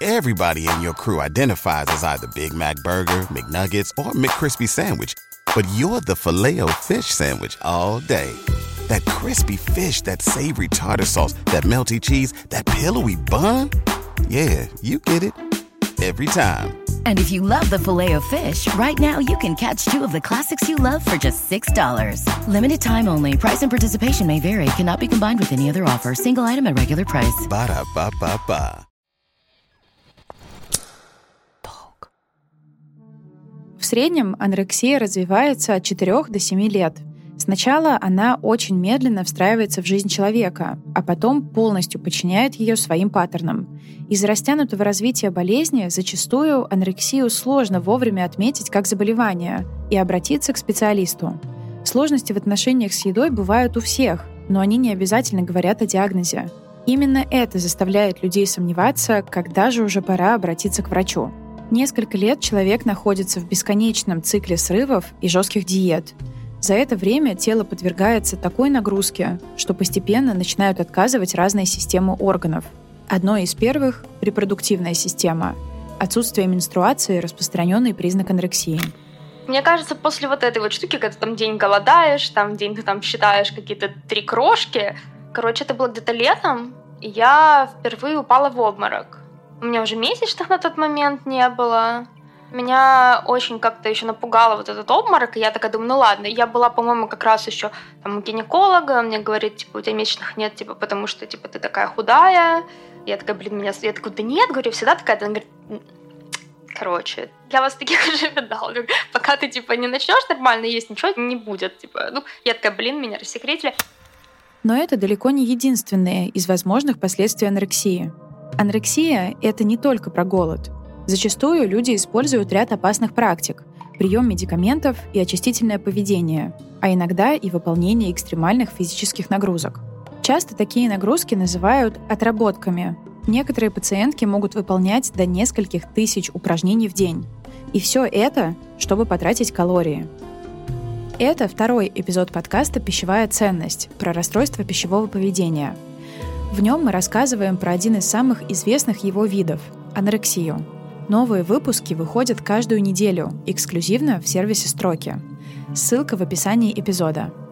Everybody in your crew identifies as either Big Mac Burger, McNuggets, or McCrispy Sandwich. But you're the Filet-O-Fish Sandwich all day. That crispy fish, that savory tartar sauce, that melty cheese, that pillowy bun. Yeah, you get it. Every time. And if you love the Filet-O-Fish, right now you can catch two of the classics you love for just $6. Limited time only. Price and participation may vary. Cannot be combined with any other offer. Single item at regular price. Ba-da-ba-ba-ba. В среднем анорексия развивается от 4 до 7 лет. Сначала она очень медленно встраивается в жизнь человека, а потом полностью подчиняет ее своим паттернам. Из-за растянутого развития болезни зачастую анорексию сложно вовремя отметить как заболевание и обратиться к специалисту. Сложности в отношениях с едой бывают у всех, но они не обязательно говорят о диагнозе. Именно это заставляет людей сомневаться, когда же уже пора обратиться к врачу. Несколько лет человек находится в бесконечном цикле срывов и жестких диет. За это время тело подвергается такой нагрузке, что постепенно начинают отказывать разные системы органов. Одной из первых – репродуктивная система. Отсутствие менструации – распространенный признак анорексии. Мне кажется, после вот этой вот штуки, когда ты там день голодаешь, там день ты там считаешь какие-то 3 крошки, короче, это было где-то летом, и я впервые упала в обморок. У меня уже месячных на тот момент не было. Меня очень как-то еще напугало вот этот обморок, и я такая думаю, ну ладно. Я была, по-моему, как раз еще там у гинеколога, мне говорит, типа, у тебя месячных нет, типа, потому что, типа, ты такая худая. Я такая, я такая, да нет, говорю, всегда такая. Она говорит, короче, я вас таких уже видала. Пока ты, типа, не начнешь нормально есть, ничего не будет, типа. Ну, я такая, меня рассекретили. Но это далеко не единственное из возможных последствий анорексии. Анорексия — это не только про голод. Зачастую люди используют ряд опасных практик – прием медикаментов и очистительное поведение, а иногда и выполнение экстремальных физических нагрузок. Часто такие нагрузки называют отработками. Некоторые пациентки могут выполнять до нескольких тысяч упражнений в день. И все это, чтобы потратить калории. Это второй эпизод подкаста «Пищевая ценность» про расстройство пищевого поведения. В нем мы рассказываем про один из самых известных его видов – анорексию. Новые выпуски выходят каждую неделю, эксклюзивно в сервисе «Строки». Ссылка в описании эпизода.